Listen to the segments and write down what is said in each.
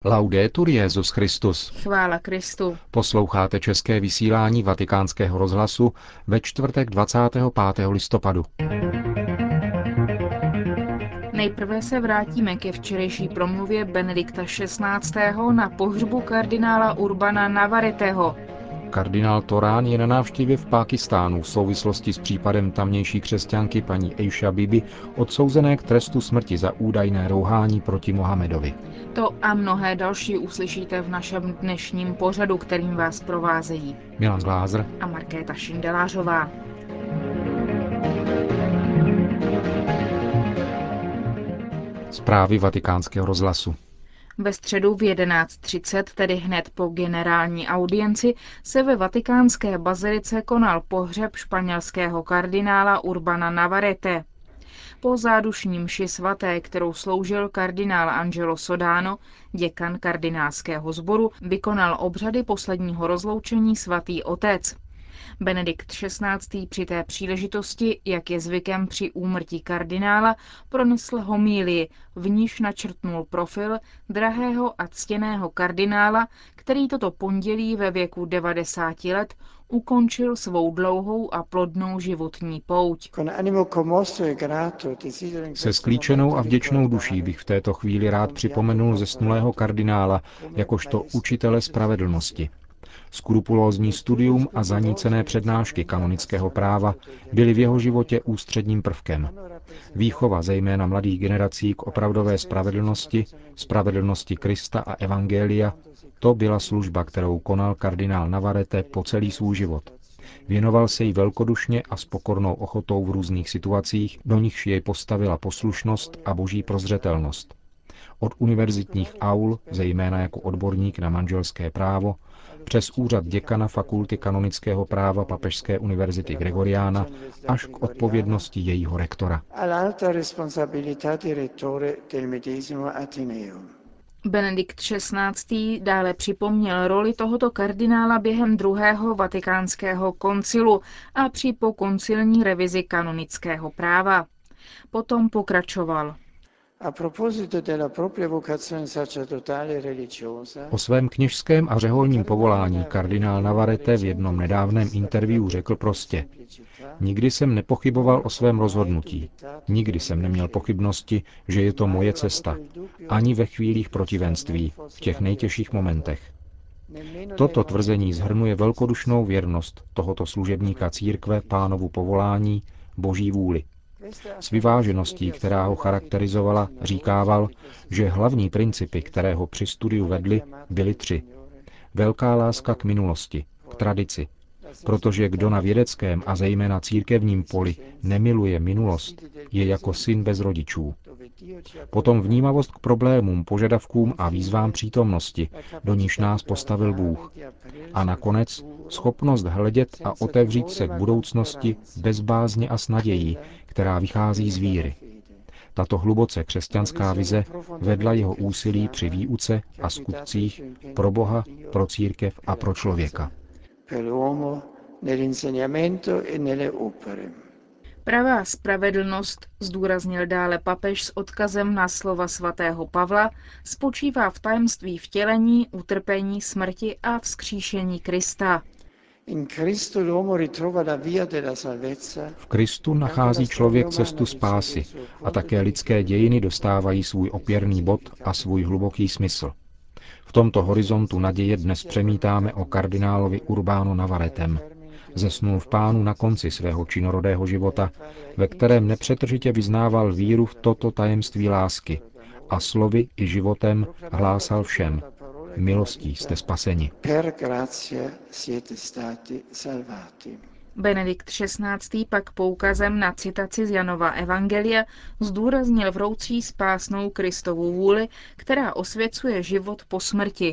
Laudetur Jesus Christus. Chvála Kristu. Posloucháte české vysílání Vatikánského rozhlasu ve čtvrtek 25. listopadu. Nejprve se vrátíme ke včerejší promluvě Benedikta XVI. Na pohřbu kardinála Urbana Navareteho. Kardinál Torán je na návštěvě v Pákistánu v souvislosti s případem tamnější křesťanky paní Aisha Bibi, odsouzené k trestu smrti za údajné rouhání proti Mohamedovi. To a mnohé další uslyšíte v našem dnešním pořadu, kterým vás provázejí Milan Glázer a Markéta Šindelářová. Zprávy Vatikánského rozhlasu. Ve středu v 11:30, tedy hned po generální audienci, se ve vatikánské bazilice konal pohřeb španělského kardinála Urbana Navarrete. Po zádušní mši svaté, kterou sloužil kardinál Angelo Sodano, děkan kardinálského sboru, vykonal obřady posledního rozloučení svatý otec. Benedikt XVI. Při té příležitosti, jak je zvykem při úmrtí kardinála, pronesl homílii, v níž načrtnul profil drahého a ctěného kardinála, který toto pondělí ve věku 90 let ukončil svou dlouhou a plodnou životní pouť. Se sklíčenou a vděčnou duší bych v této chvíli rád připomenul zesnulého kardinála jakožto učitele spravedlnosti. Skrupulózní studium a zanícené přednášky kanonického práva byly v jeho životě ústředním prvkem. Výchova zejména mladých generací k opravdové spravedlnosti Krista a evangelia, to byla služba, kterou konal kardinál Navarrete po celý svůj život. Věnoval se jí velkodušně a s pokornou ochotou v různých situacích, do nichž jej postavila poslušnost a boží prozřetelnost. Od univerzitních aul, zejména jako odborník na manželské právo, přes úřad děkana fakulty kanonického práva Papežské univerzity Gregoriana až k odpovědnosti jejího rektora. Benedikt XVI. Dále připomněl roli tohoto kardinála během druhého vatikánského koncilu a při pokoncilní revizi kanonického práva. Potom pokračoval. O svém kněžském a řeholním povolání kardinál Navarrete v jednom nedávném interview řekl prostě: Nikdy jsem nepochyboval o svém rozhodnutí. Nikdy jsem neměl pochybnosti, že je to moje cesta. Ani ve chvílích protivenství, v těch nejtěžších momentech. Toto tvrzení shrnuje velkodušnou věrnost tohoto služebníka církve Pánovu povolání, Boží vůli. S vyvážeností, která ho charakterizovala, říkával, že hlavní principy, které ho při studiu vedly, byly 3. Velká láska k minulosti, k tradici, protože kdo na vědeckém a zejména církevním poli nemiluje minulost, je jako syn bez rodičů. Potom vnímavost k problémům, požadavkům a výzvám přítomnosti, do níž nás postavil Bůh. A nakonec schopnost hledět a otevřít se k budoucnosti bez bázně a s nadějí, která vychází z víry. Tato hluboce křesťanská vize vedla jeho úsilí při výuce a skutcích pro Boha, pro církev a pro člověka. Pravá spravedlnost, zdůraznil dále papež s odkazem na slova svatého Pavla, spočívá v tajemství vtělení, utrpení, smrti a vzkříšení Krista. V Kristu nachází člověk cestu spásy a také lidské dějiny dostávají svůj opěrný bod a svůj hluboký smysl. V tomto horizontu naděje dnes přemítáme o kardinálovi Urbánu Navarretem. Zesnul v Pánu na konci svého činorodého života, ve kterém nepřetržitě vyznával víru v toto tajemství lásky a slovy i životem hlásal všem: milostí jste spaseni. Benedikt XVI. Pak poukazem na citaci z Janova evangelia zdůraznil vroucí spásnou Kristovu vůli, která osvěcuje život po smrti.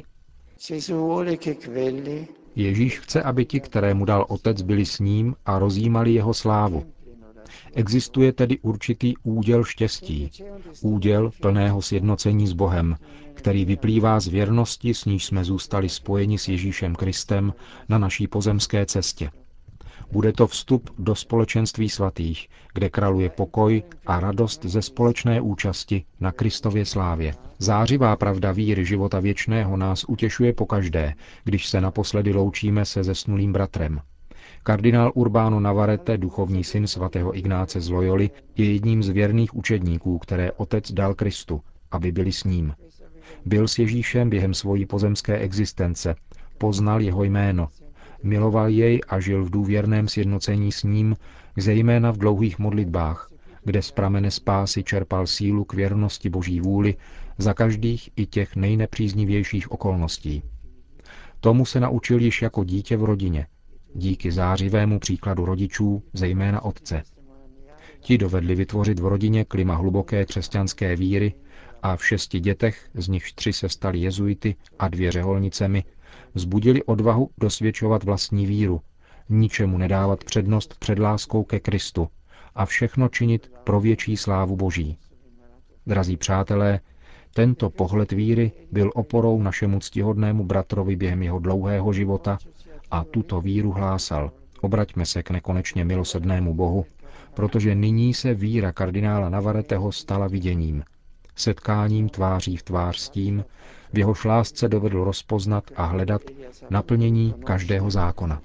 Ježíš chce, aby ti, kterému dal Otec, byli s ním a rozjímali jeho slávu. Existuje tedy určitý úděl štěstí, úděl plného sjednocení s Bohem, který vyplývá z věrnosti, s níž jsme zůstali spojeni s Ježíšem Kristem na naší pozemské cestě. Bude to vstup do společenství svatých, kde kraluje pokoj a radost ze společné účasti na Kristově slávě. Zářivá pravda víry života věčného nás utěšuje pokaždé, když se naposledy loučíme se zesnulým bratrem. Kardinál Urbano Navarrete, duchovní syn svatého Ignáce z Loyoli, je jedním z věrných učedníků, které otec dal Kristu, aby byli s ním. Byl s Ježíšem během svojí pozemské existence, poznal jeho jméno, miloval jej a žil v důvěrném sjednocení s ním, zejména v dlouhých modlitbách, kde z pramene spásy čerpal sílu k věrnosti Boží vůli za každých i těch nejnepříznivějších okolností. Tomu se naučil již jako dítě v rodině, díky zářivému příkladu rodičů, zejména otce. Ti dovedli vytvořit v rodině klima hluboké křesťanské víry a v 6 dětech, z nichž 3 se stali jezuity a 2 řeholnicemi, vzbudili odvahu dosvědčovat vlastní víru, ničemu nedávat přednost před láskou ke Kristu a všechno činit pro větší slávu Boží. Drazí přátelé, tento pohled víry byl oporou našemu ctihodnému bratrovi během jeho dlouhého života a tuto víru hlásal. Obraťme se k nekonečně milosrdnému Bohu, protože nyní se víra kardinála Navarreteho stala viděním, setkáním tváří v tvář s tím, v jehož lásce dovedl rozpoznat a hledat naplnění každého zákona.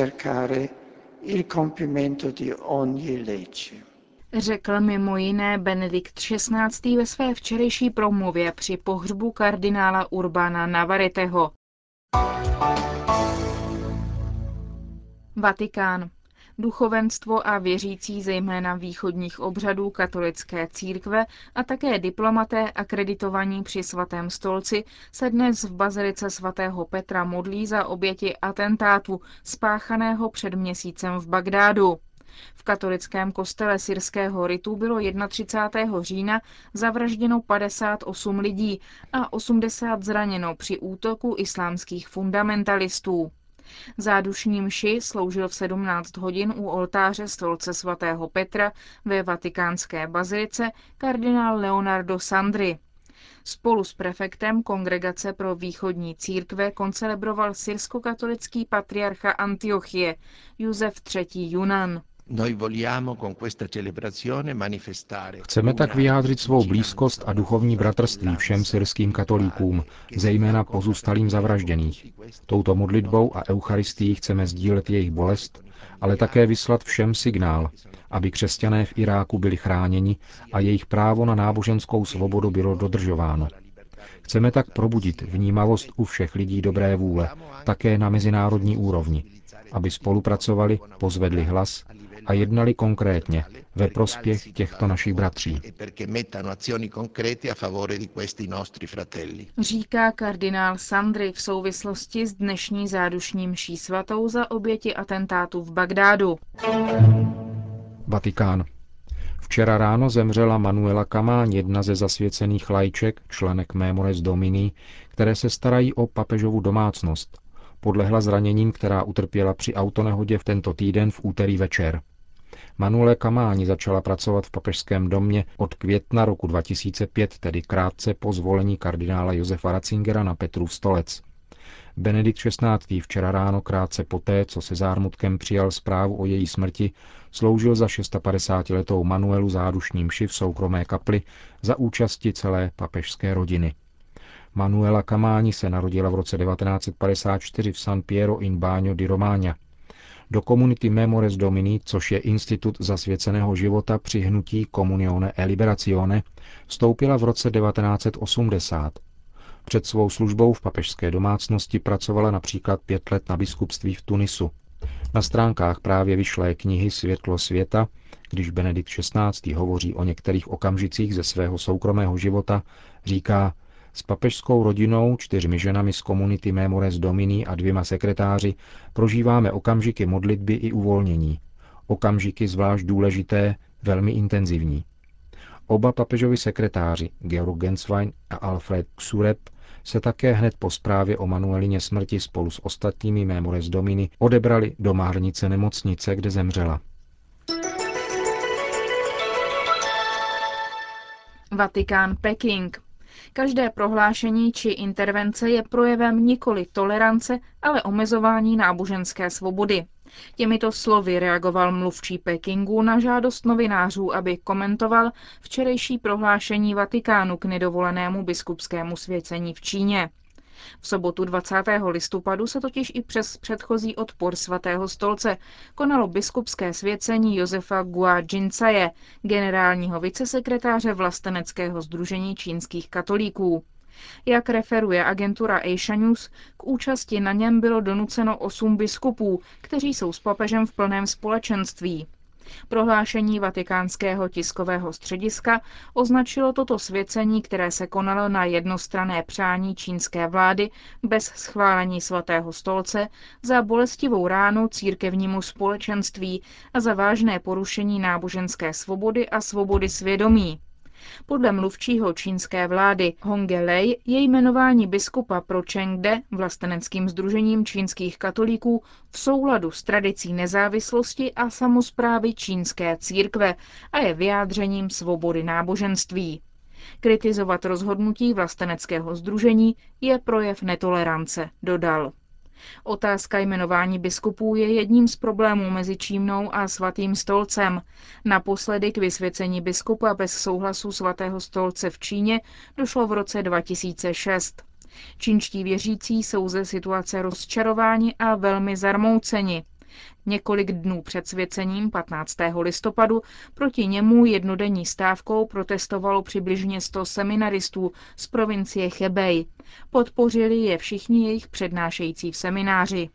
Řekl mimo jiné Benedikt XVI. Ve své včerejší promluvě při pohřbu kardinála Urbana Navarreteho. Vatikán. Duchovenstvo a věřící zejména východních obřadů katolické církve a také diplomaté akreditovaní při svatém stolci se dnes v bazilice svatého Petra modlí za oběti atentátu spáchaného před měsícem v Bagdádu. V katolickém kostele syrského ritu bylo 31. října zavražděno 58 lidí a 80 zraněno při útoku islámských fundamentalistů. Zádušní mši sloužil v 17 hodin u oltáře stolce svatého Petra ve vatikánské bazilice kardinál Leonardo Sandri. Spolu s prefektem Kongregace pro východní církve koncelebroval syrskokatolický patriarcha Antiochie Josef III. Junan. Chceme tak vyjádřit svou blízkost a duchovní bratrství všem syrským katolíkům, zejména pozůstalým zavražděných. Touto modlitbou a eucharistií chceme sdílet jejich bolest, ale také vyslat všem signál, aby křesťané v Iráku byli chráněni a jejich právo na náboženskou svobodu bylo dodržováno. Chceme tak probudit vnímavost u všech lidí dobré vůle, také na mezinárodní úrovni, aby spolupracovali, pozvedli hlas a jednali konkrétně ve prospěch těchto našich bratří. Říká kardinál Sandri v souvislosti s dnešní zádušní mší svatou za oběti atentátu v Bagdádu. Vatikán. Včera ráno zemřela Manuela Camáň, jedna ze zasvěcených laiček, členek Memores Domini, které se starají o papežovu domácnost. Podlehla zraněním, která utrpěla při autonehodě v tento týden v úterý večer. Manuela Camáň začala pracovat v papežském domě od května roku 2005, tedy krátce po zvolení kardinála Josefa Ratzingera na Petrův stolec. Benedikt XVI. Včera ráno krátce poté, co se zármutkem přijal zprávu o její smrti, sloužil za 56letou Manuelu zádušní mši v soukromé kapli za účasti celé papežské rodiny. Manuela Camáň se narodila v roce 1954 v San Piero in Bagno di Romagna. Do komunity Memores Domini, což je institut zasvěceného života při hnutí Comunione e Liberazione, vstoupila v roce 1980. Před svou službou v papežské domácnosti pracovala například 5 let na biskupství v Tunisu. Na stránkách právě vyšlé knihy Světlo světa, když Benedikt XVI. Hovoří o některých okamžicích ze svého soukromého života, říká: s papežskou rodinou, 4 ženami z komunity Memores Domini a 2 sekretáři prožíváme okamžiky modlitby i uvolnění. Okamžiky zvlášť důležité, velmi intenzivní. Oba papežovi sekretáři, Georg Genswein a Alfred Xurep, se také hned po zprávě o Manuelině smrti spolu s ostatními Memores Domini odebrali do Márnice nemocnice, kde zemřela. Vatikán, Peking. Každé prohlášení či intervence je projevem nikoli tolerance, ale omezování náboženské svobody. Těmito slovy reagoval mluvčí Pekingu na žádost novinářů, aby komentoval včerejší prohlášení Vatikánu k nedovolenému biskupskému svěcení v Číně. V sobotu 20. listopadu se totiž i přes předchozí odpor Svatého stolce konalo biskupské svěcení Josefa Gua Jincaje, generálního vicesekretáře vlasteneckého sdružení čínských katolíků. Jak referuje agentura Asia News, k účasti na něm bylo donuceno 8 biskupů, kteří jsou s papežem v plném společenství. Prohlášení vatikánského tiskového střediska označilo toto svěcení, které se konalo na jednostranné přání čínské vlády bez schválení Svatého stolce, za bolestivou ránu církevnímu společenství a za vážné porušení náboženské svobody a svobody svědomí. Podle mluvčího čínské vlády Honge Lei je jmenování biskupa pro Chengde vlasteneckým sdružením čínských katolíků v souladu s tradicí nezávislosti a samosprávy čínské církve a je vyjádřením svobody náboženství. Kritizovat rozhodnutí vlasteneckého sdružení je projev netolerance, dodal. Otázka jmenování biskupů je jedním z problémů mezi Čínou a Svatým stolcem. Naposledy k vysvěcení biskupa bez souhlasu Svatého stolce v Číně došlo v roce 2006. Čínští věřící jsou ze situace rozčarováni a velmi zarmouceni. Několik dnů před svěcením 15. listopadu proti němu jednodenní stávkou protestovalo přibližně 100 seminaristů z provincie Hebei. Podpořili je všichni jejich přednášející v semináři.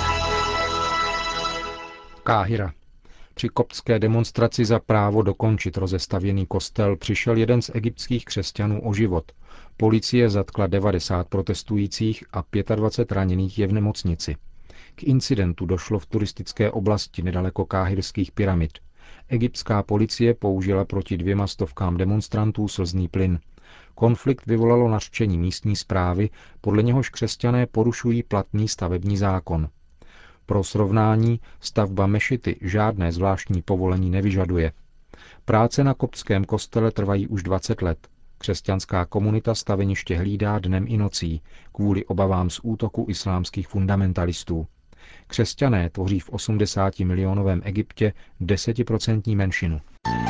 Káhira. Při koptské demonstraci za právo dokončit rozestavěný kostel přišel jeden z egyptských křesťanů o život. Policie zatkla 90 protestujících a 25 raněných je v nemocnici. K incidentu došlo v turistické oblasti nedaleko káhirských pyramid. Egyptská policie použila proti 200 demonstrantů slzný plyn. Konflikt vyvolalo nařčení místní správy, podle něhož křesťané porušují platný stavební zákon. Pro srovnání, stavba mešity žádné zvláštní povolení nevyžaduje. Práce na koptském kostele trvají už 20 let. Křesťanská komunita staveniště hlídá dnem i nocí, kvůli obavám z útoku islámských fundamentalistů. Křesťané tvoří v 80-milionovém Egyptě 10% menšinu.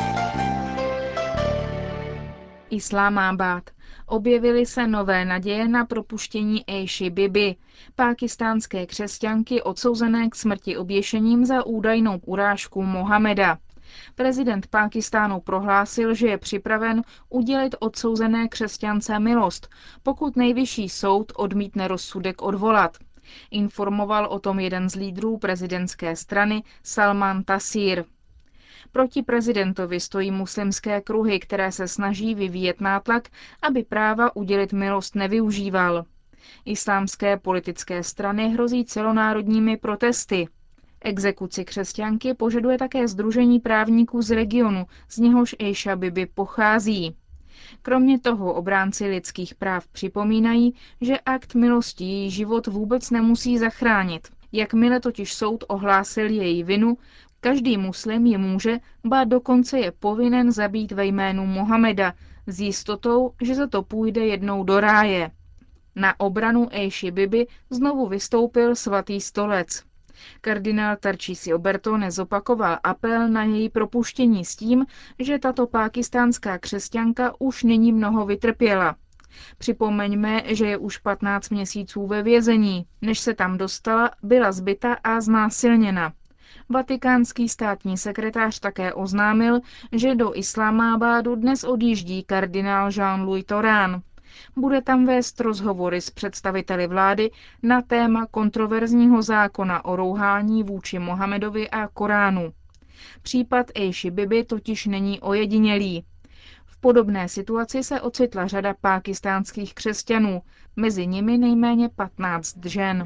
Islámábad. Objevily se nové naděje na propuštění Aishi Bibi, pákistánské křesťanky odsouzené k smrti oběšením za údajnou urážku Mohameda. Prezident Pákistánu prohlásil, že je připraven udělit odsouzené křesťance milost, pokud nejvyšší soud odmítne rozsudek odvolat. Informoval o tom jeden z lídrů prezidentské strany Salman Taseer. Proti prezidentovi stojí muslimské kruhy, které se snaží vyvíjet nátlak, aby práva udělit milost nevyužíval. Islámské politické strany hrozí celonárodními protesty. Exekuci křesťanky požaduje také Sdružení právníků z regionu, z něhož Aisha Bibi pochází. Kromě toho obránci lidských práv připomínají, že akt milosti její život vůbec nemusí zachránit. Jakmile totiž soud ohlásil její vinu, každý muslim ji může, ba dokonce je povinen zabít ve jménu Mohameda, s jistotou, že za to půjde jednou do ráje. Na obranu Aishi Bibi znovu vystoupil Svatý stolec. Kardinál Tarcísio Bertone zopakoval apel na její propuštění s tím, že tato pákistánská křesťanka už nyní mnoho vytrpěla. Připomeňme, že je už 15 měsíců ve vězení. Než se tam dostala, byla zbita a znásilněna. Vatikánský státní sekretář také oznámil, že do Islámábádu dnes odjíždí kardinál Jean-Louis Torán. Bude tam vést rozhovory s představiteli vlády na téma kontroverzního zákona o rouhání vůči Mohamedovi a Koránu. Případ Aishi Bibi totiž není ojedinělý. V podobné situaci se ocitla řada pákistánských křesťanů, mezi nimi nejméně 15 žen.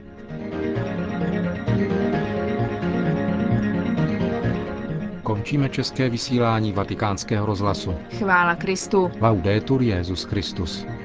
Končíme české vysílání Vatikánského rozhlasu. Chvála Kristu. Laudetur Jesus Christus.